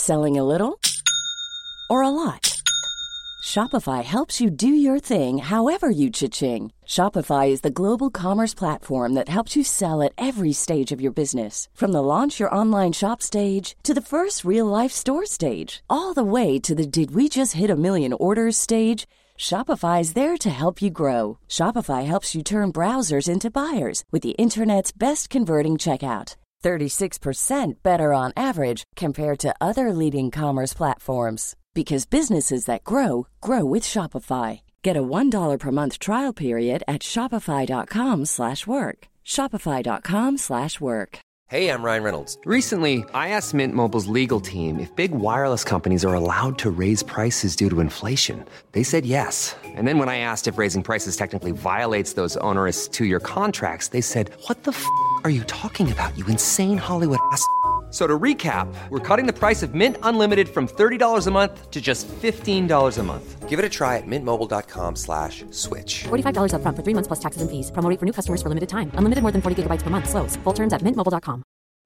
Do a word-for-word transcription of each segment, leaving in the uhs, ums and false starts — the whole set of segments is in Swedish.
Selling a little or a lot? Shopify helps you do your thing however you cha-ching. Shopify is the global commerce platform that helps you sell at every stage of your business. From the launch your online shop stage to the first real-life store stage, all the way to the did we just hit a million orders stage. Shopify is there to help you grow. Shopify helps you turn browsers into buyers with the internet's best converting checkout. thirty-six percent better on average compared to other leading commerce platforms. Because businesses that grow, grow with Shopify. Get a one dollar per month trial period at shopify.com slash work. Shopify.com slash work. Hey, I'm Ryan Reynolds. Recently, I asked Mint Mobile's legal team if big wireless companies are allowed to raise prices due to inflation. They said yes. And then when I asked if raising prices technically violates those onerous two-year contracts, they said, what the f*** are you talking about, you insane Hollywood ass f- So to recap, we're cutting the price of Mint Unlimited from thirty dollars a month to just fifteen dollars a month. Give it a try at mintmobile.com slash switch. forty-five dollars up front for three months plus taxes and fees. Promo rate for new customers for limited time. Unlimited more than forty gigabytes per month. Slows full terms at mint mobile dot com.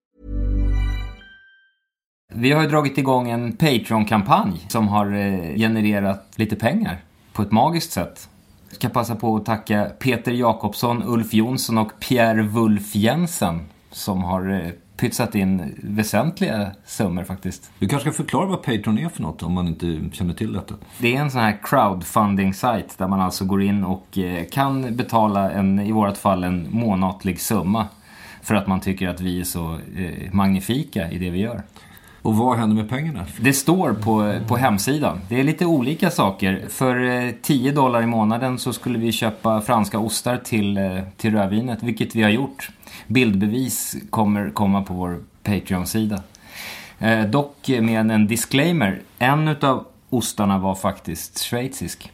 Vi har ju dragit igång en Patreon-kampanj som har genererat lite pengar på ett magiskt sätt. Jag ska passa på att tacka Peter Jakobsson, Ulf Jonsson och Pierre Wulf Jensen som har pytsat in väsentliga summor faktiskt. Du kanske ska förklara vad Patreon är för något om man inte känner till detta. Det är en sån här crowdfunding-sajt där man alltså går in och kan betala en, i vårt fall en månatlig summa för att man tycker att vi är så eh, magnifika i det vi gör. Och vad händer med pengarna? Det står på, på hemsidan. Det är lite olika saker. För tio dollar i månaden så skulle vi köpa franska ostar till, till rödvinet, vilket vi har gjort. Bildbevis kommer komma på vår Patreon-sida. Eh, dock med en disclaimer. En av ostarna var faktiskt schweizisk.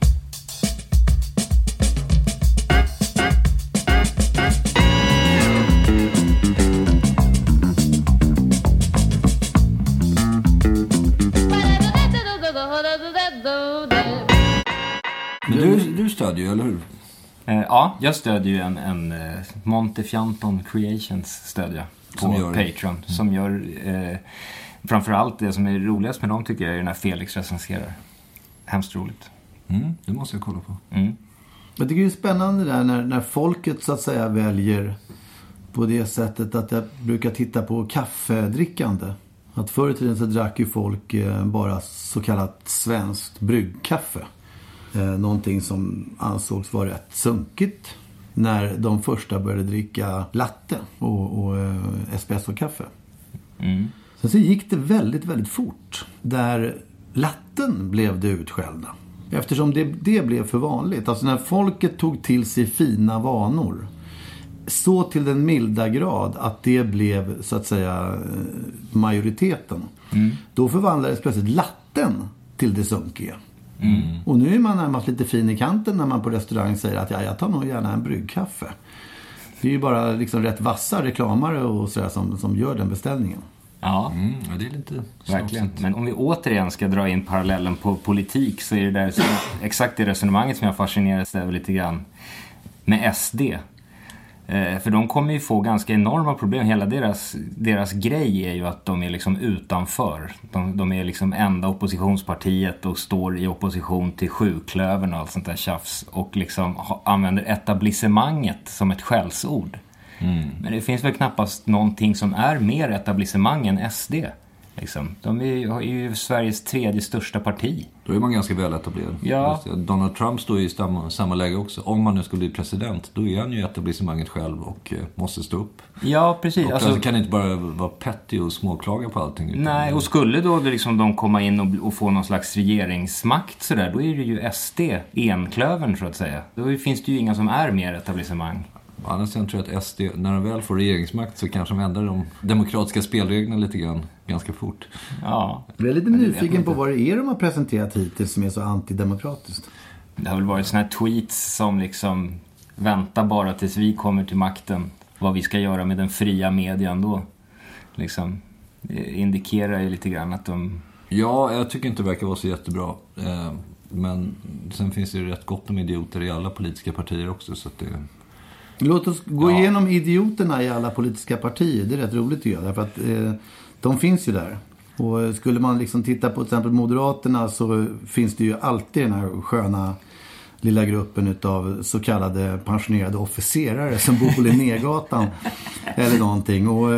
Men du, du stödjer ju, eller hur? Eh, ja, jag stödjer ju en, en uh, Montefianton Creations stödjer på som gör Patreon. Mm. Som gör eh, framförallt det som är roligast med dem tycker jag är när Felix recenserar. Hemskt roligt. Mm, det måste jag kolla på. Mm. Jag tycker det är spännande där när, när folket så att säga väljer på det sättet att jag brukar titta på kaffedrickande. Att förr i tiden så drack ju folk eh, bara så kallat svenskt bryggkaffe. Eh, någonting som ansågs vara rätt sunkigt när de första började dricka latte och, och eh, espresso-kaffe. Mm. Sen så gick det väldigt, väldigt fort. Där latten blev det utskällda. Eftersom det, det blev för vanligt. Alltså när folket tog till sig fina vanor. Så till den milda grad att det blev så att säga majoriteten. Mm. Då förvandlades plötsligt latten till det sunkiga. Mm. Och nu är man närmast lite fin i kanten när man på restaurang säger att ja, jag tar nog gärna en bryggkaffe. Det är ju bara liksom rätt vassa reklamare och sådär som, som gör den beställningen. Ja, mm, ja det är lite verkligen. Men om vi återigen ska dra in parallellen på politik så är det där så exakt det resonemanget som jag fascineras över lite grann med S D. Eh, för de kommer ju få ganska enorma problem. Hela deras, deras grej är ju att de är liksom utanför. De, de är liksom enda oppositionspartiet och står i opposition till sjuklövern och allt sånt där tjafs. Och liksom ha, använder etablissemanget som ett skällsord. Mm. Men det finns väl knappast någonting som är mer etablissemang än S D. Liksom. De är ju, är ju Sveriges tredje största parti. Då är man ganska väl etablerad. Ja. Donald Trump står i samma, samma läge också. Om man nu skulle bli president, då är han ju etablissemanget själv och eh, måste stå upp. Ja, precis. Och alltså, alltså kan inte bara vara petty och småklaga på allting. Utan nej, och skulle då liksom de komma in och, och få någon slags regeringsmakt så där, då är det ju S D, enklövern så att säga. Då finns det ju inga som är mer etablissemang. Annars tror jag att S D, när de väl får regeringsmakt så kanske de ändrar de demokratiska spelreglerna lite grann ganska fort. Ja. Jag är lite nyfiken på vad det är de har presenterat hittills som är så antidemokratiskt. Det har väl varit såna här tweets som liksom vänta bara tills vi kommer till makten. Vad vi ska göra med den fria median då. Liksom indikerar ju lite grann att de... Ja, jag tycker inte det verkar vara så jättebra. Men sen finns det ju rätt gott om idioter i alla politiska partier också så att det... Låt oss gå ja. igenom idioterna i alla politiska partier. Det är rätt roligt tycker jag. Därför att eh, de finns ju där. Och skulle man liksom titta på till exempel Moderaterna, så finns det ju alltid den här sköna lilla gruppen utav så kallade pensionerade officerare som bor på Linnégatan eller någonting. Och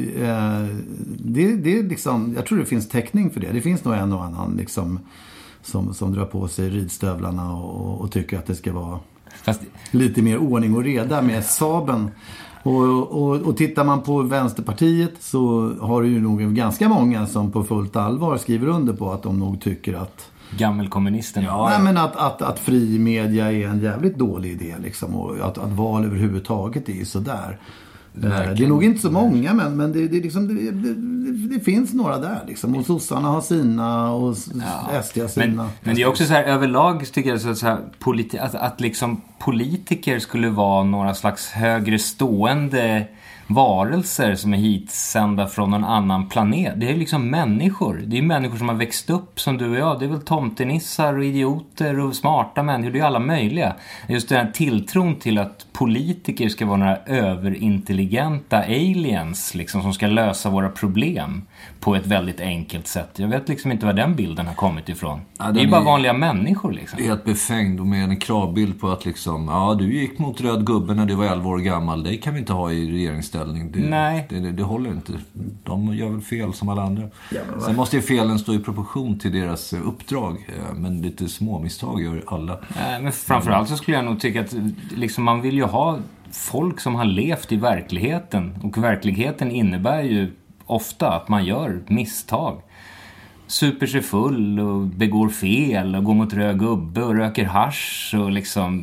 eh, det, det är liksom, jag tror det finns täckning för det. Det finns nog en och annan liksom som, som drar på sig ridstövlarna och, och tycker att det ska vara Fast... lite mer ordning och reda med Saben. Och, och, och tittar man på Vänsterpartiet så har det ju nog ganska många som på fullt allvar skriver under på att de nog tycker att gammelkommunisten. Ja, nej, men att, att, att fri media är en jävligt dålig idé liksom, och att, att val överhuvudtaget är sådär. Verkligen. Det är nog inte så många, men, men det, det, liksom, det, det, det finns några där liksom. Och sossarna har sina och ja. S D har sina. Men, men det är också så här, överlag tycker jag så, så här, politi- att, att liksom politiker skulle vara några slags högre stående varelser som är hitsända från någon annan planet. Det är liksom människor. Det är människor som har växt upp som du och jag. Det är väl tomtenissar och idioter och smarta människor. Det är alla möjliga. Just den här tilltron till att politiker ska vara några överintelligenta aliens liksom, som ska lösa våra problem på ett väldigt enkelt sätt. Jag vet liksom inte var den bilden har kommit ifrån. Ja, det är bara är vanliga människor liksom. Helt befängd och med en kravbild på att liksom, ja, du gick mot röd gubbe när du var elva år gammal. Det kan vi inte ha i regeringsställning. Det, Nej. Det, det, det håller inte. De gör väl fel som alla andra. Ja, sen måste ju felen stå i proportion till deras uppdrag. Men lite små misstag gör alla. Nej, men framförallt så skulle jag nog tycka att liksom, man vill ju ha folk som har levt i verkligheten. Och verkligheten innebär ju ofta att man gör misstag. Super sig full och begår fel och går mot röd gubbe och röker hasch och liksom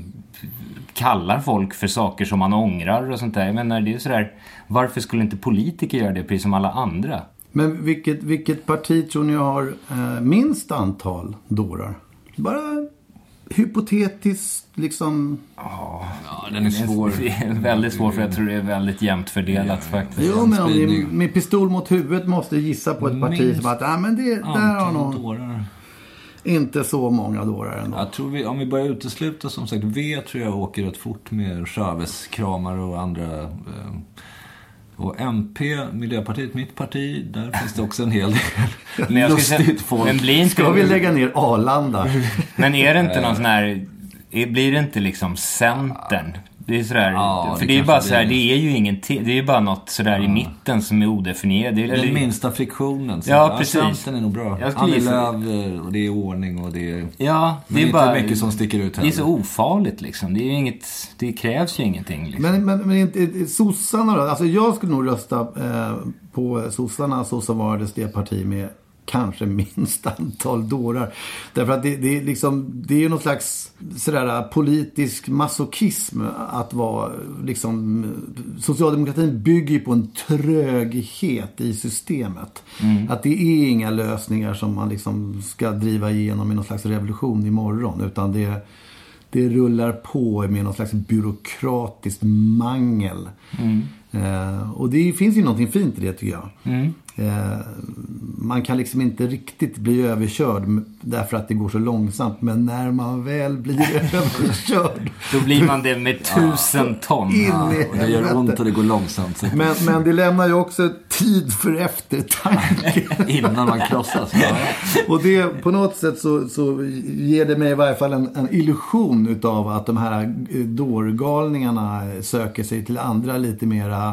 kallar folk för saker som man ångrar och sånt där. Men när det är sådär, varför skulle inte politiker göra det precis som alla andra? Men vilket, vilket parti tror ni har eh, minst antal dårar? Bara hypotetiskt liksom. Ja, den är svår. Det är väldigt svår, för jag tror det är väldigt jämnt fördelat ja, faktiskt. Jo, men om ni med pistol mot huvudet måste gissa på ett parti som att ja, men det där har någon dårar. Inte så många dårar ändå. Jag tror vi, om vi börjar utesluta, som sagt, V tror jag åker rätt fort med Chavez-kramar och andra. Eh, och M P, Miljöpartiet, mitt parti, där finns det också en hel del men jag lustigt säga, folk. Men blir inte, ska vi lägga ner Arlanda? Men är det inte någon sån här, blir det inte liksom Centern? Det är sådär, ja, för det, det är bara så här, det är ju ingenting, det är bara något sådär ja. i mitten som är odefinierat. Det är den eller, minsta friktionen. Så ja, precis. Centern är nog bra. Annie Lööf, och det är ordning och det är, ja, det är inte bara mycket som sticker ut här. Det är så ofarligt liksom. Det är ju inget, det krävs ju ingenting liksom. Men, men, men inte sossarna då? Alltså jag skulle nog rösta eh, på sossarna så som var det, det parti med kanske minst antal dårar. Därför att det, det, är liksom, det är ju någon slags sådär politisk masochism att vara liksom, socialdemokratin bygger på en tröghet i systemet. Mm. Att det är inga lösningar som man liksom ska driva igenom i någon slags revolution imorgon, utan det, det rullar på med någon slags byråkratiskt mangel. Mm. Eh, och det finns ju någonting fint i det, tycker jag. Mm. Eh, man kan liksom inte riktigt bli överkörd därför att det går så långsamt, men när man väl blir överkörd då blir man det med tusen ton. Ja, och det gör ont och det går långsamt. Men, men det lämnar ju också tid för eftertanke innan man krossas. Ja. Och det, på något sätt så, så ger det mig i varje fall en, en illusion utav att de här dårgalningarna söker sig till andra lite mera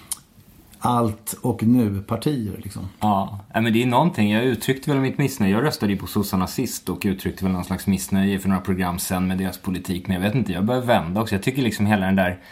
allt och nu partier liksom. Ja, men det är någonting. Jag uttryckte väl mitt missnöje. Jag röstade ju på sossarna sist och uttryckte väl någon slags missnöje för några program sen med deras politik. Men jag vet inte, jag börjar vända också. Jag tycker liksom hela den där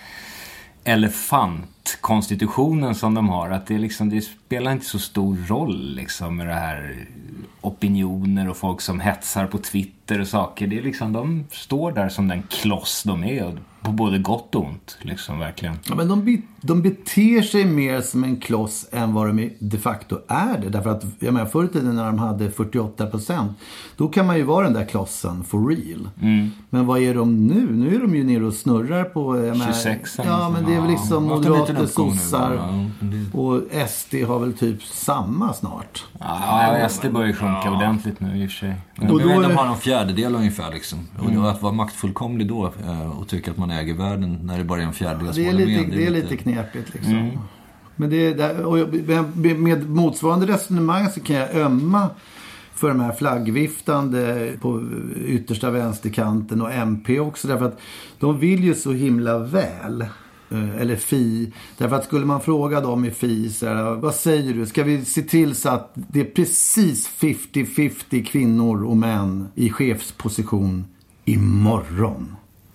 elefantkonstitutionen som de har, att det, liksom, det spelar inte så stor roll liksom, med det här opinioner och folk som hetsar på Twitter och saker. Det är liksom, de står där som den kloss de är, på både gott och ont liksom, verkligen. Ja, men de, be, de beter sig mer som en kloss än vad de de facto är det. Därför att, jag menar, förr i tiden när de hade fyrtioåtta procent, då kan man ju vara den där klossen for real. Mm. Men vad är de nu? Nu är de ju nere och snurrar på menar, tjugosex. Ja, men det är väl liksom ja, moderater, sossar ja, och S D har väl typ samma snart. Ja, S D börjar sjunka ja. ordentligt nu i och för sig. Men och då är de har någon fjärdedel ungefär liksom. Mm. Och att vara maktfullkomlig då och tycka att man äger världen när det bara är en fjärdedel ja, det är lite, med, det är lite knepigt liksom. Mm. Men det, det, och med, med motsvarande resonemang så kan jag ömma för de här flaggviftande på yttersta vänsterkanten och M P också. Därför att de vill ju så himla väl. Eller F I. Därför att skulle man fråga dem i F I så här, vad säger du? Ska vi se till så att det är precis femtio femtio kvinnor och män i chefsposition imorgon?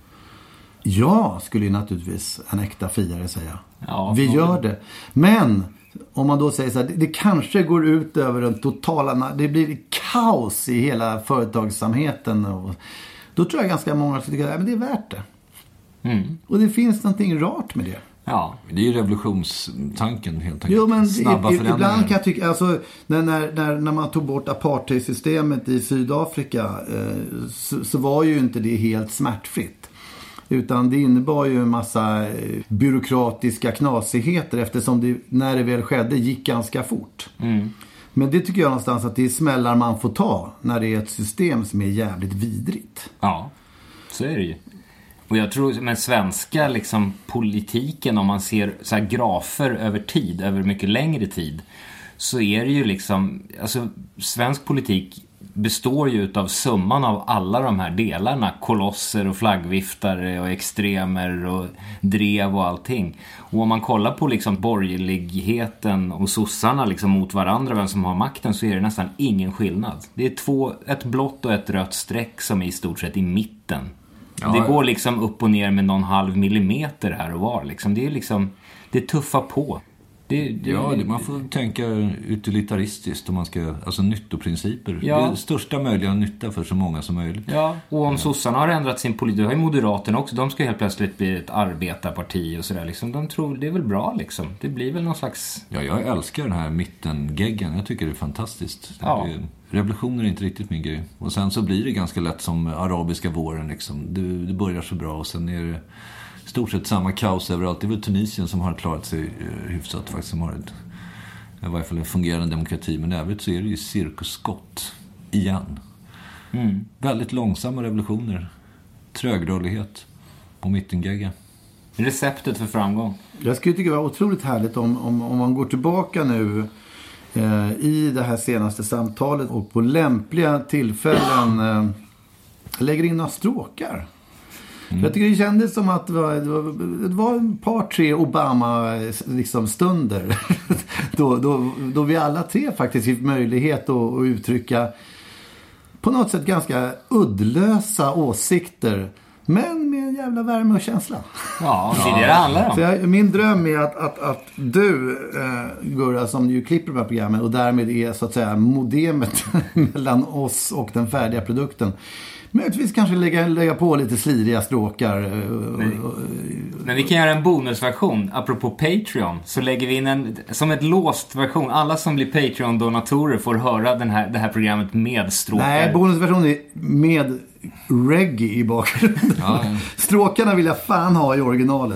Ja, skulle ju naturligtvis en äkta fiare säga. Ja, vi gör det. Men om man då säger så här, det, det kanske går ut över den totala, det blir kaos i hela företagsamheten. Och då tror jag ganska många som tycker att ja, det är värt det. Mm. Och det finns någonting rart med det. Ja, det är ju revolutionstanken helt enkelt. Jo, men snabba i, ibland kan jag tycka, alltså, när, när, när man tog bort apartheidsystemet i Sydafrika eh, så, så var ju inte det helt smärtfritt. Utan det innebar ju en massa byråkratiska knasigheter eftersom det, när det väl skedde, gick ganska fort. Mm. Men det tycker jag någonstans att det är smällar man får ta när det är ett system som är jävligt vidrigt. Ja, så är det ju. Och jag tror med svenska liksom, politiken, om man ser så här grafer över tid, över mycket längre tid, så är det ju liksom, alltså svensk politik består ju av summan av alla de här delarna, kolosser och flaggviftare och extremer och drev och allting. Och om man kollar på liksom borgerligheten och sossarna liksom mot varandra, vem som har makten, så är det nästan ingen skillnad. Det är två, ett blått och ett rött streck som är i stort sett i mitten. Ja, det går liksom upp och ner med någon halv millimeter här och var. Liksom. Det är liksom, det tuffar på. Det, det, ja, det, man får tänka utilitaristiskt om man ska, alltså nyttoprinciper. Ja. Det är största möjliga nytta för så många som möjligt. Ja, och om ja. sossarna har ändrat sin politik, det har ju Moderaterna också, de ska helt plötsligt bli ett arbetarparti och sådär. Liksom. De tror det är väl bra liksom. Det blir väl någon slags... Ja, jag älskar den här mittengeggen. Jag tycker det är fantastiskt. Ja. Det är... Revolutioner är inte riktigt min grej. Och sen så blir det ganska lätt som arabiska våren liksom. Det, det börjar så bra och sen är det stort sett samma kaos överallt. Det är väl Tunisien som har klarat sig uh, hyfsat faktiskt, som har ett, i varje fall en fungerande demokrati. Men i övrigt så är det ju cirkusskott igen. Mm. Väldigt långsamma revolutioner. Trögrörlighet på mittengegga. Receptet för framgång. Jag skulle tycka det var otroligt härligt om, om, om man går tillbaka nu eh, i det här senaste samtalet och på lämpliga tillfällen eh, lägger in några stråkar. Mm. Jag tycker det kändes som att det var, det var, det var en par tre Obama liksom, stunder då, då, då vi alla tre faktiskt fick möjlighet att, att uttrycka på något sätt ganska uddlösa åsikter, men med en jävla värme och känsla. Ja, det är det det handlar om. Så jag, min dröm är att, att, att du, eh, Gurra, som ju klipper de här programmen och därmed är så att säga modemet mellan oss och den färdiga produkten, möjligtvis kanske lägga, lägga på lite sliriga stråkar. Men, men vi kan göra en bonusversion. Apropå Patreon, så lägger vi in en, som ett låst version. Alla som blir Patreon-donatorer får höra den här, det här programmet med stråkar. Nej, bonusversion är med reggae i bakgrunden. Ja, ja. Stråkarna vill jag fan ha i originalet.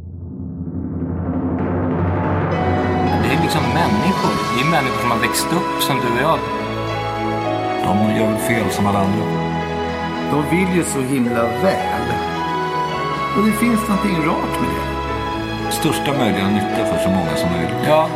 Det är liksom människor. Det är människor som har växt upp som du och jag. De gör väl fel som alla andra. De vill ju så himla väl. Och det finns någonting rart med det. Största möjliga nytta för så många som möjligt. Ja.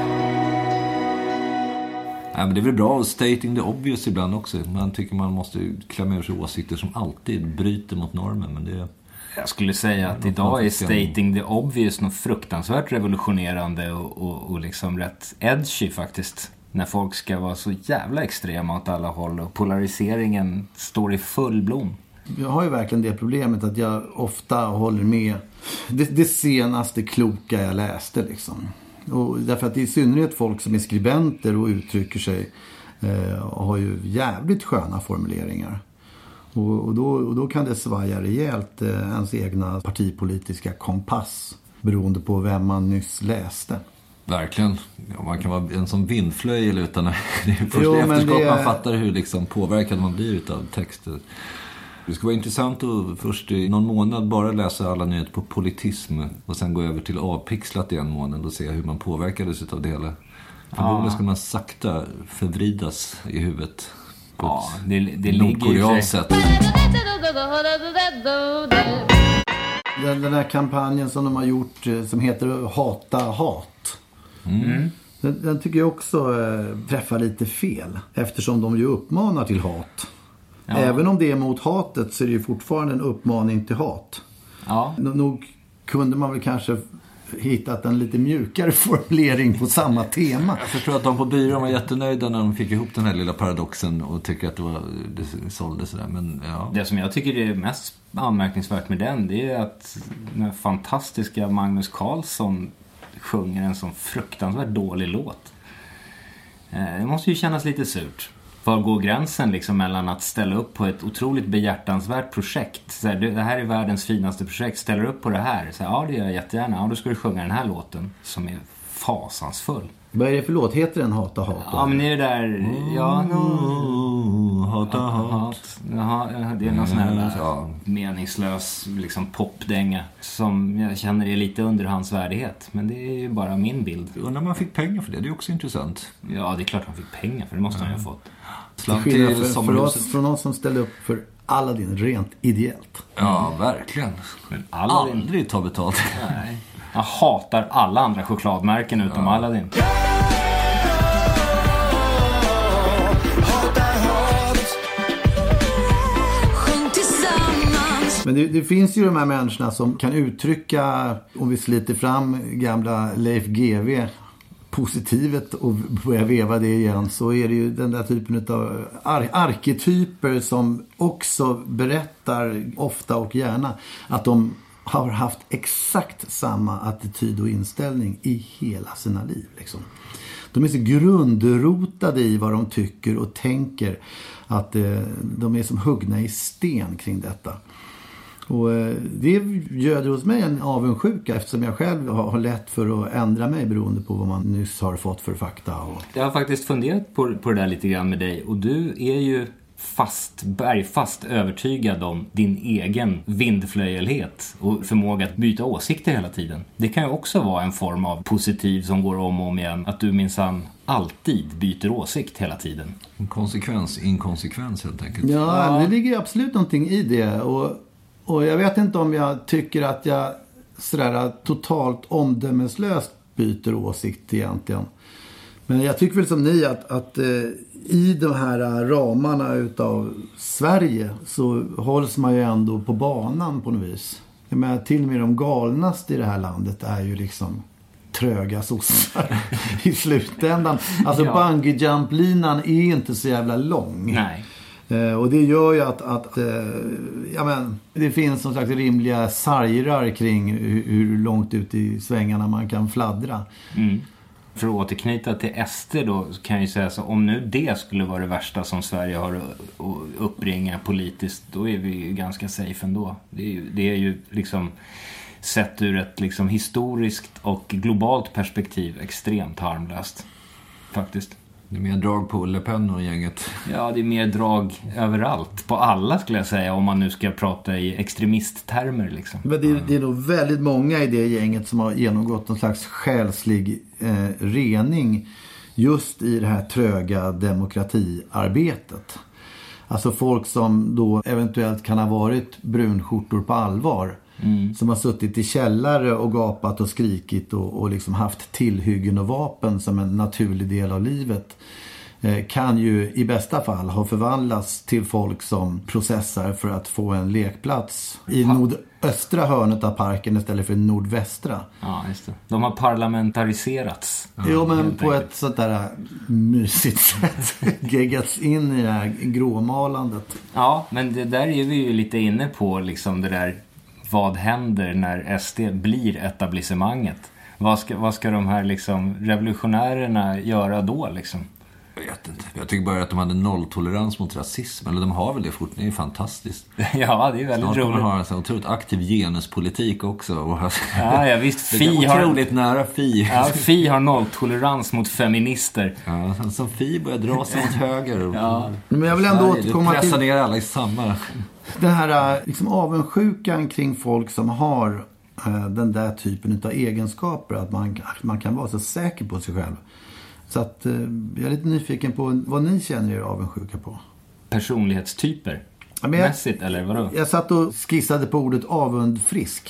Nej, men det är väl bra stating the obvious ibland också. Man tycker man måste klämma ur sig åsikter som alltid bryter mot normen. Men det... Jag skulle säga att idag är stating the obvious något fruktansvärt revolutionerande och, och, och liksom rätt edgy faktiskt. När folk ska vara så jävla extrema åt alla håll och polariseringen står i full blom. Jag har ju verkligen det problemet att jag ofta håller med det, det senaste kloka jag läste liksom. Och därför att det är i synnerhet folk som är skribenter och uttrycker sig eh, har ju jävligt sköna formuleringar. Och, och, då, och då kan det svaja rejält eh, ens egna partipolitiska kompass beroende på vem man nyss läste. Verkligen. Ja, man kan vara en som vindflöjel utan det är först jo, efterskott det... man fattar hur liksom påverkad man blir utav texter. Det ska vara intressant att först i någon månad bara läsa alla nyheter på politism och sen gå över till avpixlat i en månad och se hur man påverkades utav det hela. Förmodligen ska man sakta förvridas i huvudet på ja, det, det ett nordkoreanskt sätt. Den, den här kampanjen som de har gjort som heter Hata hat. Mm. Den, den tycker jag också eh, träffar lite fel. Eftersom de ju uppmanar till hat. Ja. Även om det är mot hatet så är det ju fortfarande en uppmaning till hat. Ja. N- nog kunde man väl kanske hittat en lite mjukare formulering på samma tema. Jag förstår att de på byrån var jättenöjda när de fick ihop den här lilla paradoxen och tycker att det, var, det sålde sådär. Men, ja. Det som jag tycker är mest anmärkningsvärt med den, det är att den fantastiska Magnus Carlsson sjunger en sån fruktansvärt dålig låt. Det måste ju kännas lite surt. Var går gränsen liksom mellan att ställa upp på ett otroligt behjärtansvärt projekt? Så här, det här är världens finaste projekt, ställer upp på det här? Så här, ja, det gör jag jättegärna. Ja, då ska du sjunga den här låten som är fasansfull. Vad är det för låt? Heter den Hata hat? Ja, men det är där... Ja, oh, hata hat. Ja, det är någon sån här ja, meningslös liksom, popdänga som jag känner är lite under hans värdighet. Men det är ju bara min bild. Undrar om man fick pengar för det, det är också intressant. Ja, det är klart han fick pengar för det måste ja. han ju ha fått. Slant till för, för oss, från oss som ställde upp för Aladdin rent ideellt. Ja, verkligen. Men Aladdin... Aldrig ta betalt. Nej. Jag hatar alla andra chokladmärken utom ja. Aladdin. Men det, det finns ju de här människorna som kan uttrycka, om vi sliter fram gamla Leif G W positivet och börjar veva det igen, så är det ju den där typen av ar- arketyper som också berättar ofta och gärna att de har haft exakt samma attityd och inställning i hela sina liv. Liksom. De är så grundrotade i vad de tycker och tänker att eh, de är som huggna i sten kring detta. Och eh, det göder hos mig en avundsjuka eftersom jag själv har, har lätt för att ändra mig beroende på vad man nyss har fått för fakta. Och... Jag har faktiskt funderat på, på det där lite grann med dig och du är ju fast, bergfast övertygad om din egen vindflöjelhet och förmåga att byta åsikter hela tiden. Det kan ju också vara en form av positiv som går om och om igen. Att du minsann alltid byter åsikt hela tiden. Konsekvens, inkonsekvens helt enkelt. Ja, ja. Det ligger absolut någonting i det. Och, och jag vet inte om jag tycker att jag sådär totalt omdömeslöst byter åsikt egentligen. Men jag tycker väl som ni att, att eh, i de här ramarna utav Sverige så hålls man ju ändå på banan på något vis. Jag menar, till och med de galnaste i det här landet är ju liksom tröga sossar i slutändan. Alltså ja. Bungee jump-linan är inte så jävla lång. Nej. Eh, och det gör ju att, att eh, ja, men, det finns som sagt rimliga sargrar kring hur, hur långt ut i svängarna man kan fladdra. Mm. För att återknyta till S D då kan jag ju säga så, om nu det skulle vara det värsta som Sverige har att uppringa politiskt, då är vi ju ganska safe ändå. Det är ju, det är ju liksom sett ur ett liksom historiskt och globalt perspektiv extremt harmlöst faktiskt. Det är mer drag på Le Pen och gänget. Ja, det är mer drag överallt. På alla skulle jag säga, om man nu ska prata i extremisttermer liksom. Men det är, det är nog väldigt många i det gänget som har genomgått någon slags själslig eh, rening just i det här tröga demokratiarbetet. Alltså folk som då eventuellt kan ha varit brunskjortor på allvar. Mm. Som har suttit i källare och gapat och skrikit och, och liksom haft tillhyggen och vapen som en naturlig del av livet, eh, kan ju i bästa fall ha förvandlats till folk som processar för att få en lekplats i nordöstra hörnet av parken istället för nordvästra. Ja, just det. De har parlamentariserats. Ja, jo, men på enkelt. Ett sånt där mysigt sätt geggats in i det här gråmalandet. Ja, men det där är vi ju lite inne på liksom det där. Vad händer när S D blir etablissemanget? Vad ska, vad ska de här liksom revolutionärerna göra då liksom? Jag vet inte. Jag tycker bara att de hade nolltolerans mot rasism. Eller de har väl det fortfarande. Det är fantastiskt. Ja, det är väldigt Snart roligt. De har en sån otroligt aktiv genuspolitik också. Ja, ja visst. Fi har otroligt nära Fi. Ja, Fi har nolltolerans mot feminister. Ja, som Fi börjar dra sig mot höger. Ja. Men jag vill ändå återkomma till... pressa ner alla i samma... Den här liksom avundsjukan kring folk som har eh, den där typen av egenskaper. Att man, man kan vara så säker på sig själv. Så att eh, jag är lite nyfiken på vad ni känner er avundsjuka på. Personlighetstyper? Ja, men jag, mässigt eller vadå? Jag satt och skissade på ordet avundfrisk.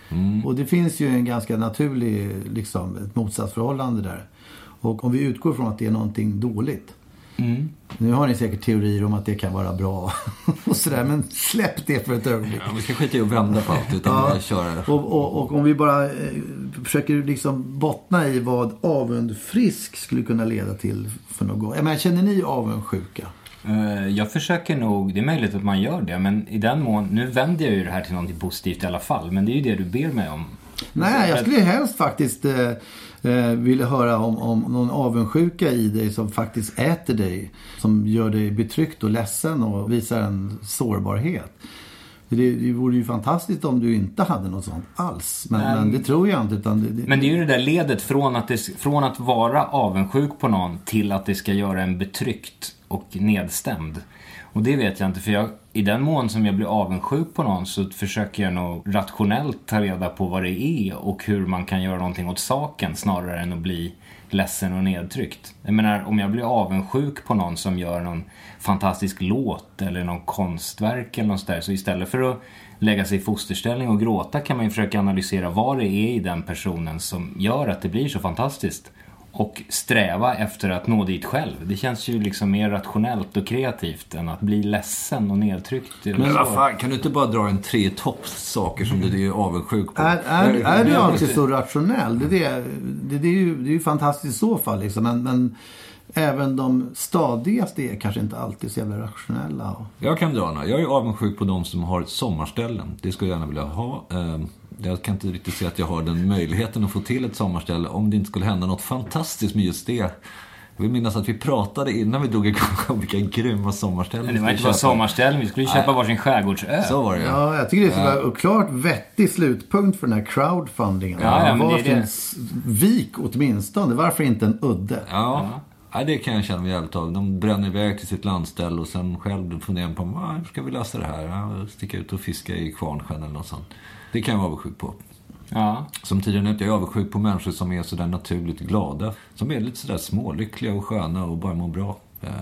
Mm. Och det finns ju en ganska naturlig liksom, ett motsatsförhållande där. Och om vi utgår från att det är någonting dåligt. Mm. Nu har ni säkert teorier om att det kan vara bra och sådär, men släpp det för ett ögonblick. Ja, vi ska skita i att vända på allt utan ja. bara köra. Och, och, och om vi bara eh, försöker liksom bottna i vad avundfrisk skulle kunna leda till för något. Men känner ni avundsjuka? Uh, jag försöker nog, det är möjligt att man gör det, men i den mån, nu vänder jag ju det här till något positivt i alla fall, men det är ju det du ber mig om. Nej, jag skulle helst faktiskt eh, eh, vilja höra om, om någon avundsjuka i dig som faktiskt äter dig, som gör dig betryckt och ledsen och visar en sårbarhet. Det, det vore ju fantastiskt om du inte hade något sånt alls, men, men, men det tror jag inte. Utan det, det... Men det är ju det där ledet från att, det, från att vara avundsjuk på någon till att det ska göra en betryckt och nedstämd. Och det vet jag inte, för jag, i den mån som jag blir avundsjuk på någon så försöker jag nog rationellt ta reda på vad det är och hur man kan göra någonting åt saken snarare än att bli ledsen och nedtryckt. Jag menar, om jag blir avundsjuk på någon som gör någon fantastisk låt eller någon konstverk eller något där, så istället för att lägga sig i fosterställning och gråta kan man ju försöka analysera vad det är i den personen som gör att det blir så fantastiskt. Och sträva efter att nå dit själv. Det känns ju liksom mer rationellt och kreativt än att bli ledsen och nedtryckt. Men vad fan, kan du inte bara dra en tre topp saker som du är avundsjuk på? Är, är, är det alltid så rationell? Det, det, det, det, är ju, det är ju fantastiskt i så fall. Liksom. Men, men även de stadigaste är kanske inte alltid så jävla rationella. Jag kan dra några. Jag är avundsjuk på de som har ett sommarställen. Det skulle jag gärna vilja ha. Jag kan inte riktigt se att jag har den möjligheten att få till ett sommarställe om det inte skulle hända något fantastiskt med just det. Jag vill minnas att vi pratade innan vi drog igång om vilka grymma sommarställen. Det var inte bara sommarställen, vi skulle ju köpa varsin skärgårdsö. Så var det. Ja, jag tycker det är så ja. klart vettig slutpunkt för den här crowdfundingen. Ja, ja, men det är det. Vik åtminstone, varför inte en udde? Ja. Ja. Ja, det kan jag känna mig jävligt av. De bränner iväg till sitt landställ och sen själv funderar på hur ska vi lösa det här? Ja, sticka ut och fiska i Kvarnsjön eller något sånt. Det kan jag vara avundsjuk på. Ja. Som tidigare nämnt, jag är avundsjuk på människor som är sådär naturligt glada. Som är lite sådär smålyckliga och sköna och bara mår bra.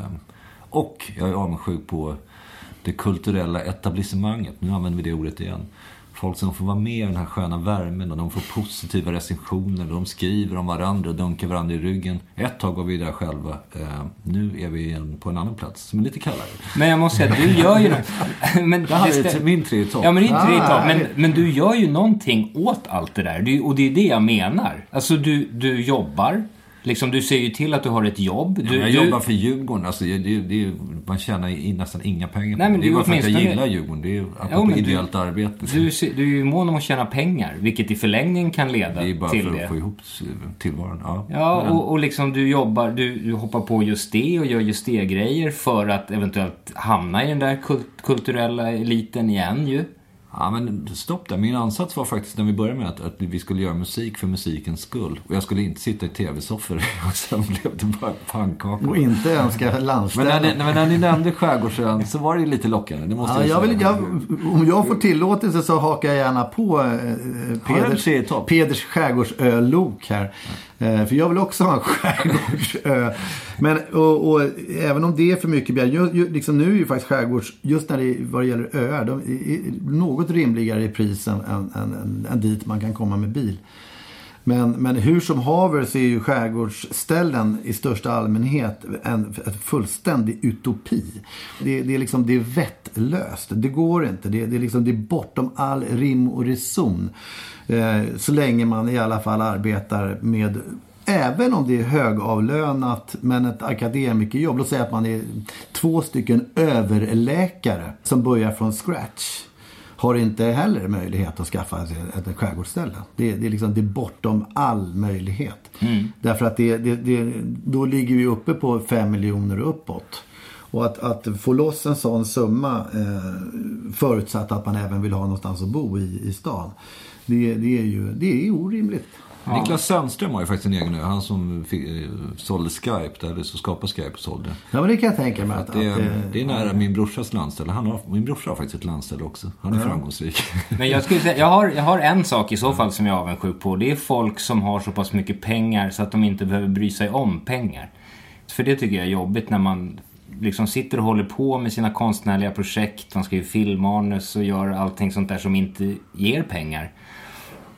Och jag är avundsjuk på det kulturella etablissemanget. Nu använder vi det ordet igen. Folk som får vara med i den här sköna värmen och de får positiva recensioner och de skriver om varandra och dunkar varandra i ryggen. Ett tag var vi där själva. Uh, nu är vi på en annan plats som är lite kallare. Men jag måste säga att du gör ju men det här är min tre topp. Ja, men det är tre topp. Men, men du gör ju någonting åt allt det där. Du, och det är det jag menar. Alltså du, du jobbar. Liksom, du ser ju till att du har ett jobb. Du, ja, jag du... jobbar för Djurgården. Alltså, det, det, det, man tjänar i nästan inga pengar. Nej, men det är bara för att jag åtminstone... gillar Djurgården. Det är ja, ett ideellt du, arbete. Du, du är ju mån om att tjäna pengar. Vilket i förlängning kan leda till det. Det är bara för det. Att få ihop tillvaron. Ja, ja men... och, och liksom du jobbar, du, du hoppar på just det och gör just det grejer för att eventuellt hamna i den där kult, kulturella eliten igen ju. Ja, men stopp där. Min ansats var faktiskt när vi började med att, att vi skulle göra musik för musikens skull. Och jag skulle inte sitta i tv-soffor och sen blev det bara pannkakor. Och inte önska landställen. Men när ni, när ni nämnde Skärgårdsön så var det lite lockande. Det måste ja, jag jag vill, jag, om jag får tillåtelse så hakar jag gärna på eh, Peders, Peders Skärgårdsölok här. Eh, för jag vill också ha en skärgårdsö. Men, och, och även om det är för mycket begär, liksom nu är ju faktiskt skärgårds, just när det, vad det gäller öar, de är något rimligare i prisen än, än, än, än dit man kan komma med bil. Men, men hur som haver så är ju skärgårdsställen i största allmänhet en, en fullständig utopi. Det, det, är liksom, det är vettlöst. Det går inte. Det, det, är liksom, det är bortom all rim och reson. Eh, så länge man i alla fall arbetar med, även om det är högavlönat men ett akademikerjobb. Låt säga att man är två stycken överläkare som börjar från scratch. Har inte heller möjlighet att skaffa sig ett skärgårdsställe. Det, det, är liksom, det är bortom all möjlighet. Mm. Därför att det, det, det, då ligger vi uppe på fem miljoner uppåt. Och att, att få loss en sån summa eh, förutsatt att man även vill ha någonstans att bo i, i stan. Det, det, är ju det är orimligt. Ja. Niklas Sandström har ju faktiskt en egen nu. Han som fick, eh, sålde Skype, där det så skapade Skype och sålde. Ja, men det kan jag tänka mig. Att, att det, att, det är nära min brorsas landställe. Han har, min brorsa har faktiskt ett landställe också. Han är ja. framgångsrik. Men jag, skulle säga, jag, har, jag har en sak i så fall som jag är avundsjuk på. Det är folk som har så pass mycket pengar så att de inte behöver bry sig om pengar. För det tycker jag är jobbigt när man liksom sitter och håller på med sina konstnärliga projekt. De skriver filmmanus och gör allting sånt där som inte ger pengar.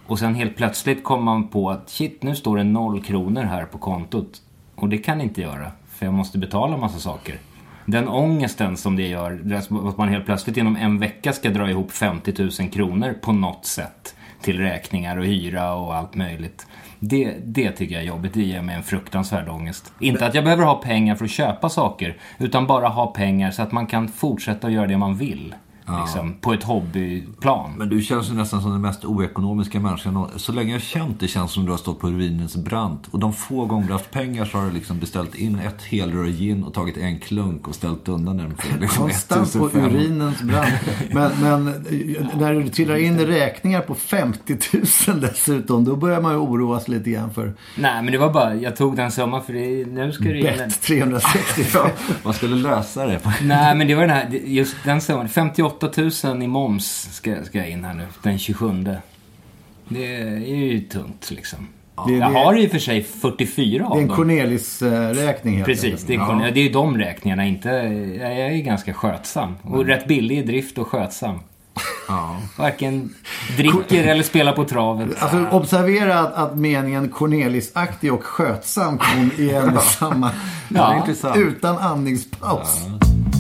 Och sen helt plötsligt kom man på att shit, nu står det noll kronor här på kontot. Och det kan inte göra, för jag måste betala massa saker. Den ångesten som det gör, att man helt plötsligt inom en vecka ska dra ihop femtio tusen kronor på något sätt till räkningar och hyra och allt möjligt. Det, det tycker jag är jobbigt. Det ger mig en fruktansvärd ångest. Inte att jag behöver ha pengar för att köpa saker, utan bara ha pengar så att man kan fortsätta att göra det man vill. Ja. Liksom, på ett hobbyplan. Men du känns ju nästan som den mest oekonomiska människan. Så länge jag känt det känns som du har stått på ruinens brant. Och de få gånger du haft pengar så har du liksom beställt in ett helrör gin och tagit en klunk och ställt undan den för liksom konstant på urinens brant. Men, men när du trillar in räkningar på femtio tusen dessutom, då börjar man ju oroas lite grann för... Nej, men det var bara, jag tog den summan för det, nu ska det in en... Bet trehundrasextio. Man skulle lösa det. Nej, men det var den här, just den summan, femtioåtta tusen i moms ska, ska jag in här nu, den tjugosjunde. Det är ju tungt liksom. Det, jag det, har ju för sig fyrtiofyra av dem. Det är en Cornelis-räkning. Precis, det är, ja. det är de räkningarna. Inte, jag är ganska skötsam. Och mm. rätt billig i drift och skötsam. Ja. Varken dricker eller spelar på travet. Alltså observera att, att meningen Cornelis-aktig och skötsam kom i en samma. Ja. Utan andningspaus. Ja.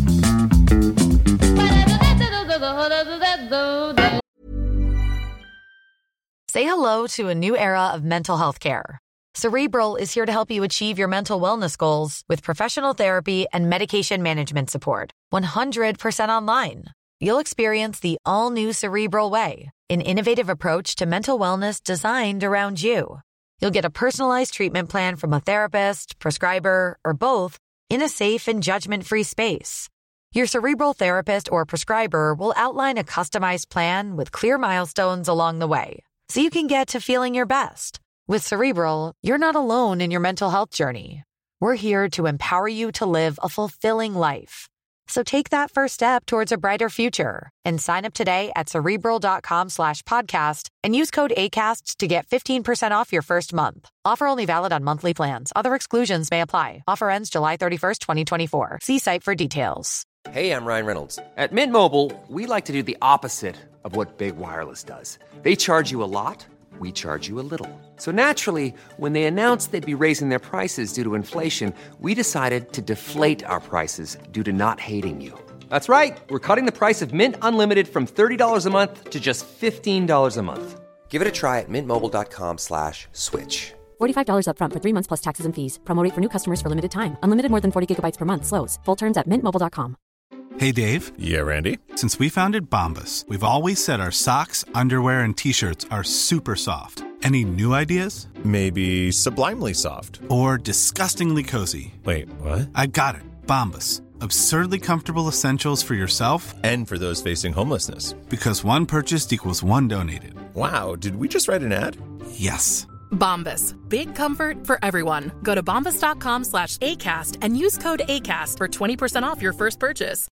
Say hello to a new era of mental health care. Cerebral is here to help you achieve your mental wellness goals with professional therapy and medication management support. one hundred percent online. You'll experience the all-new Cerebral Way, an innovative approach to mental wellness designed around you. You'll get a personalized treatment plan from a therapist, prescriber, or both in a safe and judgment-free space. Your Cerebral therapist or prescriber will outline a customized plan with clear milestones along the way, so you can get to feeling your best. With Cerebral, you're not alone in your mental health journey. We're here to empower you to live a fulfilling life. So take that first step towards a brighter future and sign up today at Cerebral.com slash podcast and use code ACAST to get fifteen percent off your first month. Offer only valid on monthly plans. Other exclusions may apply. Offer ends July thirty-first, twenty twenty-four. See site for details. Hey, I'm Ryan Reynolds. At Mint Mobile, we like to do the opposite of what Big Wireless does. They charge you a lot, we charge you a little. So naturally, when they announced they'd be raising their prices due to inflation, we decided to deflate our prices due to not hating you. That's right. We're cutting the price of Mint Unlimited from thirty dollars a month to just fifteen dollars a month. Give it a try at mintmobile.com slash switch. forty-five dollars up front for three months plus taxes and fees. Promo rate for new customers for limited time. Unlimited more than forty gigabytes per month. Slows full terms at mint mobile dot com. Hey, Dave. Yeah, Randy. Since we founded Bombas, we've always said our socks, underwear, and T-shirts are super soft. Any new ideas? Maybe sublimely soft. Or disgustingly cozy. Wait, what? I got it. Bombas. Absurdly comfortable essentials for yourself and for those facing homelessness. Because one purchased equals one donated. Wow, did we just write an ad? Yes. Bombas. Big comfort for everyone. Go to bombas.com slash ACAST and use code ACAST for twenty percent off your first purchase.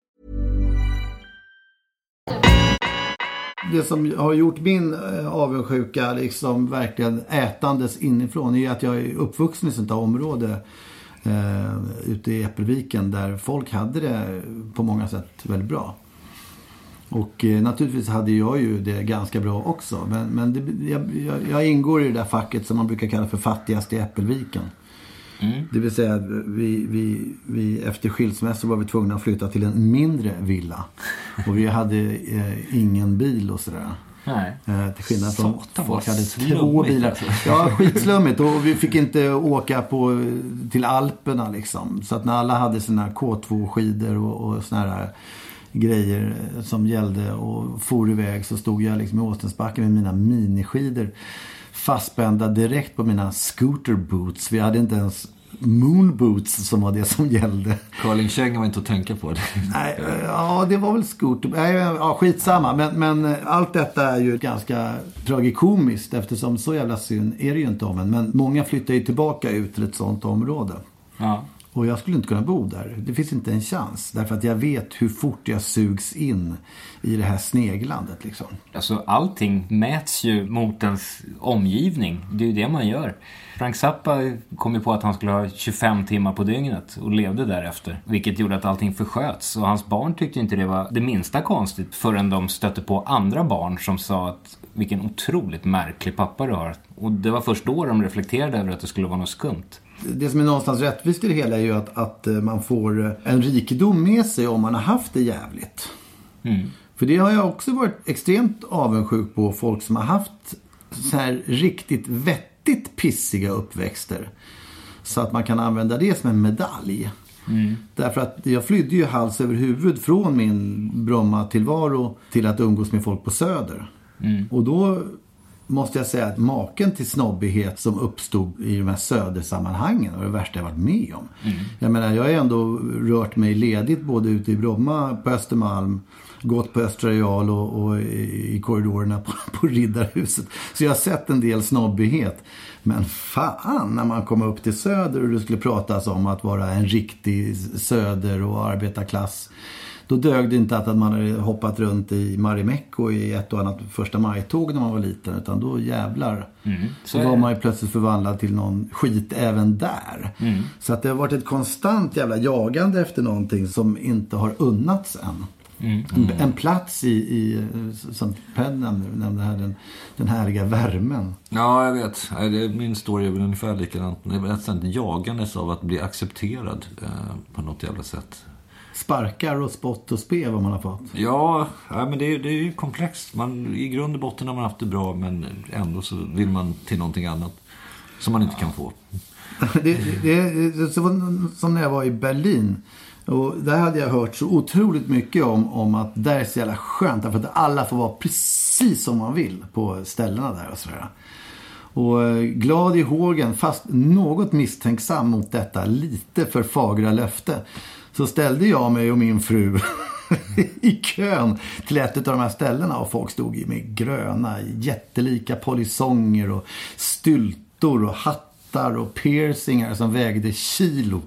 Det som har gjort min avundsjuka liksom verkligen ätandes inifrån är att jag är uppvuxen i sånt här område eh, ute i Äppelviken där folk hade det på många sätt väldigt bra. Och eh, naturligtvis hade jag ju det ganska bra också. Men, men det, jag, jag, jag ingår i det där facket som man brukar kalla för fattigast i Äppelviken. Mm. Det vill säga att vi, vi, vi efter skilsmässa var vi tvungna att flytta till en mindre villa. Och vi hade eh, ingen bil och sådär. Nej. Eh, till skillnad från Satan, folk hade två bilar. Ja, skitslummigt. Och vi fick inte åka på, till Alperna liksom. Så att när alla hade sina K två-skidor och, och såna här grejer som gällde och for iväg, så stod jag liksom i Åstensbacken med mina miniskidor fastspända direkt på mina scooter boots. Vi hade inte ens moon boots som var det som gällde. Carlingkänga var inte att tänka på det. Nej, ja, det var väl scooter. Ja, skitsamma. Men, men allt detta är ju ganska tragikomiskt eftersom så jävla synd är det ju inte om en. Men många flyttar ju tillbaka ut till ett sånt område. Ja. Och jag skulle inte kunna bo där. Det finns inte en chans. Därför att jag vet hur fort jag sugs in i det här sneglandet. Liksom. Alltså allting mäts ju mot ens omgivning. Det är ju det man gör. Frank Zappa kom ju på att han skulle ha tjugofem timmar på dygnet och levde därefter. Vilket gjorde att allting försköts. Och hans barn tyckte inte det var det minsta konstigt förrän de stötte på andra barn som sa att vilken otroligt märklig pappa du har. Och det var först då de reflekterade över att det skulle vara något skumt. Det som är någonstans rättvist i det hela är ju att, att man får en rikedom med sig om man har haft det jävligt. Mm. För det har jag också varit extremt avundsjuk på, folk som har haft så här riktigt vettigt pissiga uppväxter. Så att man kan använda det som en medalj. Mm. Därför att jag flydde ju hals över huvud från min Bromma-tillvaro till att umgås med folk på Söder. Mm. Och då måste jag säga att maken till snobbighet som uppstod i de här södersammanhangen var det värsta jag varit med om. Mm. Jag menar, jag har ändå rört mig ledigt både ute i Bromma, på Östermalm, gått på Östra Real och, och i, i korridorerna på, på Riddarhuset. Så jag har sett en del snobbighet. Men fan, när man kommer upp till Söder och det skulle pratas om att vara en riktig söder- och arbetarklass, då dög det inte att man hade hoppat runt i Marimekko i ett och annat första majtåg när man var liten, utan då jävlar. Mm, så då var man ju plötsligt förvandlad till någon skit även där. Mm. Så att det har varit ett konstant jävla jagande efter någonting som inte har unnats än. Mm. Mm. En plats i, i som Ped nämnde här, den, den härliga värmen. Ja, jag vet. Min story är väl ungefär likadant. Det är ett sånt jagandes av att bli accepterad eh, på något jävla sätt. Sparkar och spott och spe vad man har fått. Ja, ja men det är, det är ju komplext. Man, i grund och botten har man haft det bra, men ändå så vill man till någonting annat som man inte kan få. det, det, det, det var som när jag var i Berlin. Och där hade jag hört så otroligt mycket om, om att där är så jävla skönt. För att alla får vara precis som man vill på ställena där och sådär. Och glad i hågen, fast något misstänksam mot detta lite för fagra löfte, så ställde jag mig och min fru i kön till ett av de här ställena, och folk stod i med gröna, jättelika polisonger och styltor och hattar och piercingar som vägde kilo.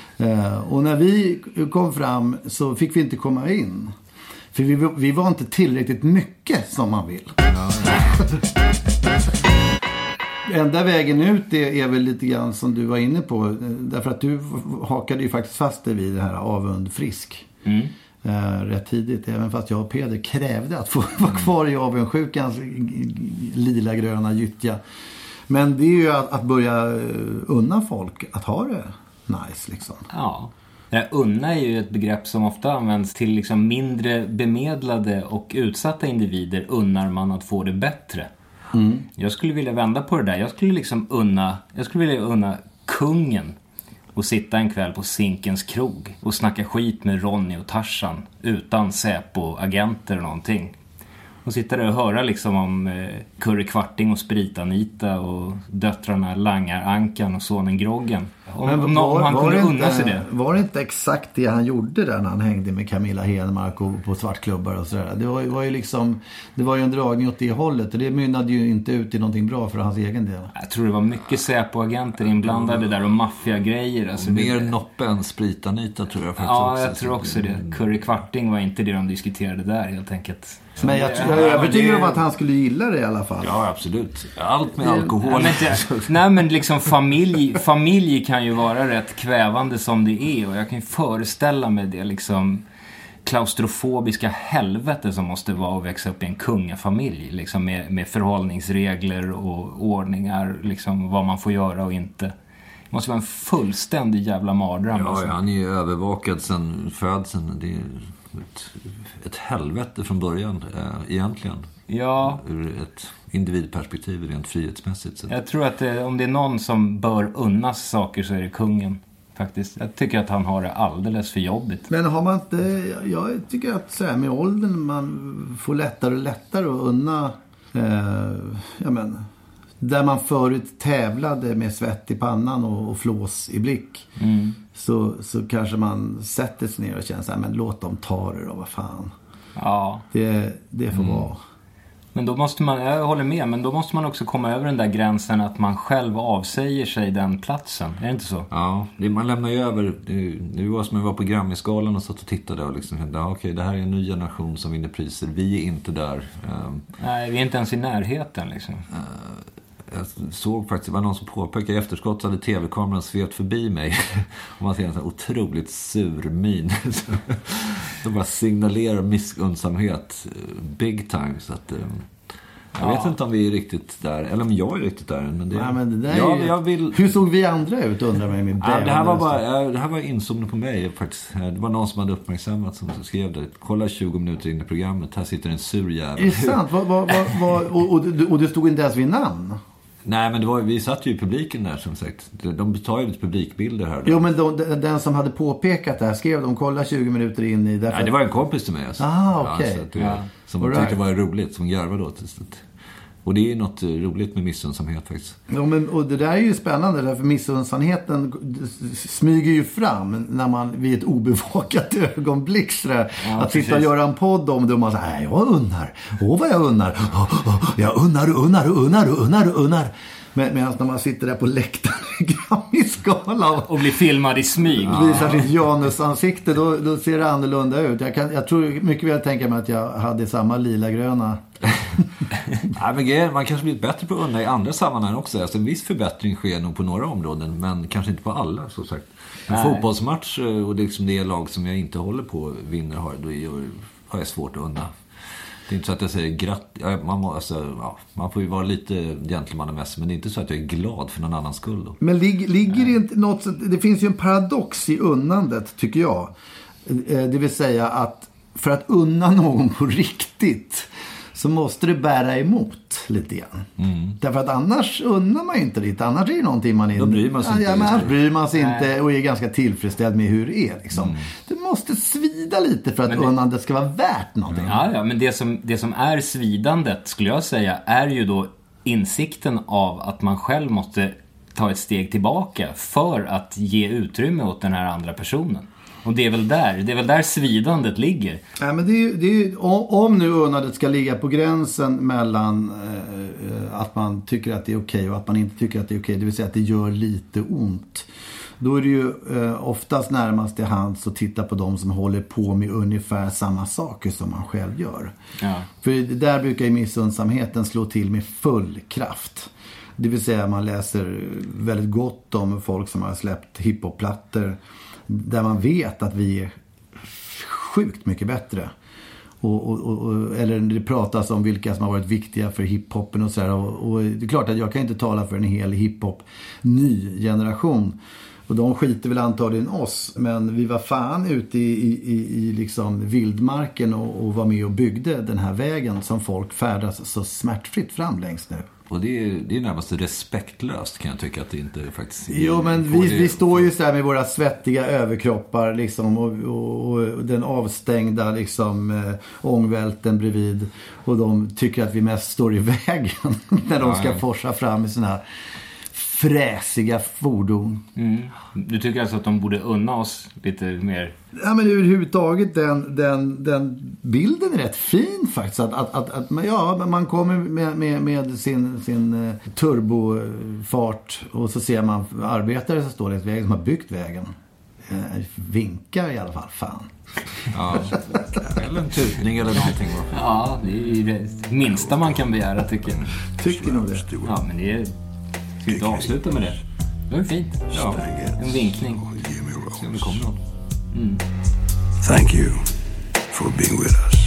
Och när vi kom fram så fick vi inte komma in. För vi, vi var inte tillräckligt mycket som man vill. Enda vägen ut är, är väl lite grann som du var inne på. Därför att du hakade ju faktiskt fast dig vid det här avund frisk. Mm. Uh, rätt tidigt. Även fast jag och Peder krävde att få vara kvar i avundsjukans lila gröna gyttja. Men det är ju att, att börja unna folk att ha det nice liksom. Ja. Unna är ju ett begrepp som ofta används till liksom mindre bemedlade och utsatta individer. Unnar man att få det bättre. Mm. Jag skulle vilja vända på det där. Jag skulle liksom unna, jag skulle vilja unna kungen och sitta en kväll på Zinkens krog och snacka skit med Ronny och Tarzan utan Säpo-agenter och någonting. Och sitta där och höra liksom om eh, Curry Kvarting och Sprit-Anita och döttrarna Langar Ankan och sonen Groggen. Om, Men om, var, om han var kunde inte, unna sig det. Var det inte exakt det han gjorde där när han hängde med Camilla Henemark och på svartklubbar och sådär? Det var, var ju liksom, det var ju en dragning åt det hållet, och det mynnade ju inte ut i någonting bra för hans egen del. Jag tror det var mycket Säpo-agenter inblandade där och maffiagrejer. Alltså mer det... Noppe än Sprit-Anita tror jag faktiskt. Ja, också. jag tror också det. Curry Kvarting var inte det de diskuterade där helt enkelt. Men jag, jag, jag är övertygad om att han skulle gilla det i alla fall. Ja, absolut. Allt med alkohol. Ja, men det, nej, men liksom familj, familj kan ju vara rätt kvävande som det är. Och jag kan ju föreställa mig det liksom klaustrofobiska helvete som måste vara att växa upp i en kungafamilj. Liksom med, med förhållningsregler och ordningar. Liksom vad man får göra och inte. Det måste vara en fullständig jävla mardröm. Ja, alltså. ja, han är ju övervakad sedan födseln. Det är ett, ett helvete från början äh, egentligen. Ja. Ur ett individperspektiv rent frihetsmässigt. Så. Jag tror att det, om det är någon som bör unnas saker så är det kungen. Faktiskt. Jag tycker att han har det alldeles för jobbigt. Men har man inte... Jag tycker att så här, med åldern man får lättare och lättare att unna... Eh, jag menar, där man förut tävlade med svett i pannan och, och flås i blick. Mm. Så, så kanske man sätter sig ner och känner så här, men låt dem ta det då, vad fan. Ja. Det, det får mm. vara. Men då måste man, jag håller med, men då måste man också komma över den där gränsen att man själv avsäger sig den platsen. Är det inte så? Ja, det, man lämnar ju över. Det, det var som jag var på Grammy-skalan och satt och tittade och liksom kände, ja, okej, det här är en ny generation som vinner priser. Vi är inte där. Um, Nej, vi är inte ens i närheten liksom. Uh, Jag såg faktiskt, det var någon som påpekade i efterskott så hade tv-kameran svept förbi mig och man ser en sån otroligt sur min. De bara signalerar missunnsamhet big time, så att jag ja. vet inte om vi är riktigt där, eller om jag är riktigt där, men det, ja, men det där jag, är, jag vill... Hur såg vi andra ut, undrar mig min ja, det här var bara, det här var inzoomning på mig faktiskt. Det var någon som hade uppmärksammat som skrev det. Kolla tjugo minuter in i programmet, här sitter en sur jävel. Är det sant? Vad, vad, vad, vad, och, och, och det stod inte ens vid namn? Nej, men det var, vi satt ju i publiken där, som sagt. De tar ju lite publikbilder här. Då. Jo, men de, den som hade påpekat det här skrev de, kolla tjugo minuter in i... Därför... Nej, det var en kompis till mig. Alltså. Ah, okej. Okay. Ja, som right. tyckte det var roligt, som garvade åt det. Och det är ju något roligt med missunnsamhet faktiskt. Ja, men, och det där är ju spännande, därför missunnsamheten smyger ju fram när man vid ett obevakat ögonblick sådär, ja, att sitta och göra en podd om det och man säger, nej, jag unnar, åh vad jag unnar, oh, oh, jag unnar och unnar och unnar och unnar och unnar. Men, medan när man sitter där på läktaren i Grammy-skala och, och blir filmad i smyg och visar sitt Janus-ansikte, då, då ser det annorlunda ut. Jag, kan, jag tror mycket väl tänka mig att jag hade samma lila-gröna. Ja, men man kanske blir bättre på att unna i andra sammanhang också. Alltså, en viss förbättring sker nog på några områden, men kanske inte på alla, så sagt. En Nej. fotbollsmatch och det, liksom det lag som jag inte håller på vinner har, då har jag svårt att unna. Det är inte så att jag säger gratt, man, må, alltså, ja, man får ju vara lite gentlemannamässig, men det är inte så att jag är glad för någon annans skull då. Men lig, ligger det inte något, det finns ju en paradox i unnandet, tycker jag. Det vill säga att för att unna någon på riktigt så måste det bära emot lite grann. Mm. Därför att annars unnar man ju inte det. Annars är det någonting man inte... Då bryr man sig inte. Ja, men annars bryr man sig inte och är ganska tillfredsställd med hur det är. Liksom. Mm. Det måste svida lite för att det... unnandet ska vara värt någonting. Ja, ja, men det som, det som är svidandet, skulle jag säga, är ju då insikten av att man själv måste ta ett steg tillbaka för att ge utrymme åt den här andra personen. Och det är väl där, det är väl där svidandet ligger. Ja, men det är ju, det är ju, om nu unnandet ska ligga på gränsen mellan eh, att man tycker att det är okej och att man inte tycker att det är okej, det vill säga att det gör lite ont. Då är det ju eh, oftast närmast till hands att titta på de som håller på med ungefär samma saker som man själv gör. Ja. För där brukar ju missunnsamheten slå till med full kraft. Det vill säga man läser väldigt gott om folk som har släppt hiphop-plattor där man vet att vi är sjukt mycket bättre. Och, och, och, eller det pratas om vilka som har varit viktiga för hiphopen och sådär. Och, och det är klart att jag kan inte tala för en hel hiphop ny generation. Och de skiter väl antagligen oss. Men vi var fan ute i, i, i liksom vildmarken och, och var med och byggde den här vägen som folk färdas så smärtfritt fram längs nu. Och det är, det är närmast respektlöst, kan jag tycka att det inte faktiskt... Jo, men vi, vi står ju så här med våra svettiga överkroppar liksom, och, och, och den avstängda liksom, äh, ångvälten bredvid. Och de tycker att vi mest står i vägen när de ska forsa fram i såna här fräsiga fordon. Mm. Du tycker alltså att de borde unna oss lite mer? Ja, men överhuvudtaget den, den, den bilden är rätt fin faktiskt. Att, att, att, att ja, man kommer med, med, med sin, sin turbofart och så ser man arbetare som står längs vägen som har byggt vägen. Eh, vinkar i alla fall, fan. Ja, eller en tutning eller någonting. Ja, det är ju det minsta man kan begära, tycker jag. Tycker nog det. Ja, men det är... Ska vi inte avsluta med det? Det är fint. Ja, en vinkning. Se om det kommer någon. Mm. Thank you for being with us.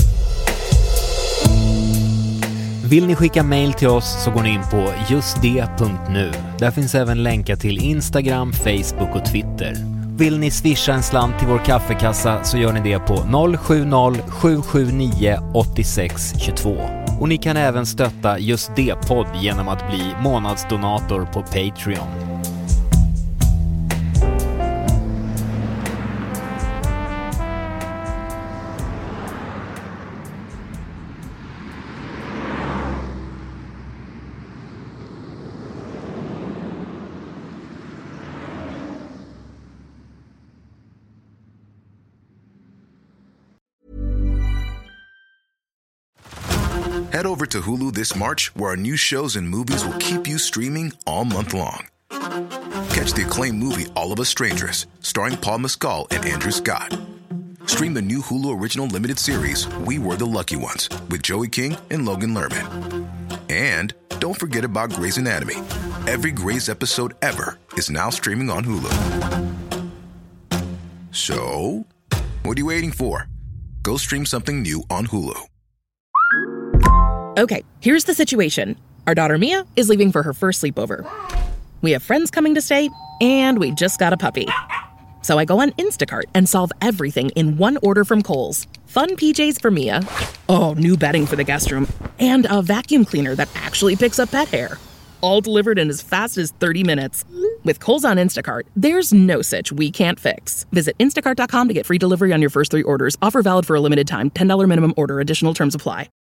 Vill ni skicka mejl till oss så går ni in på just det punkt nu. Där finns även länkar till Instagram, Facebook och Twitter. Vill ni swisha en slant till vår kaffekassa så gör ni det på noll sju noll sju sju nio åtta sex två två. Och ni kan även stötta Just det-podd genom att bli månadsdonator på Patreon. Head over to Hulu this March, where our new shows and movies will keep you streaming all month long. Catch the acclaimed movie All of Us Strangers, starring Paul Mescal and Andrew Scott. Stream the new Hulu Original Limited series We Were the Lucky Ones with Joey King and Logan Lerman. And don't forget about Grey's Anatomy. Every Grey's episode ever is now streaming on Hulu. So, what are you waiting for? Go stream something new on Hulu. Okay, here's the situation. Our daughter Mia is leaving for her first sleepover. We have friends coming to stay, and we just got a puppy. So I go on Instacart and solve everything in one order from Kohl's. Fun P Js for Mia. Oh, new bedding for the guest room. And a vacuum cleaner that actually picks up pet hair. All delivered in as fast as thirty minutes. With Kohl's on Instacart, there's no such we can't fix. Visit instacart dot com to get free delivery on your first three orders. Offer valid for a limited time. ten dollars minimum order. Additional terms apply.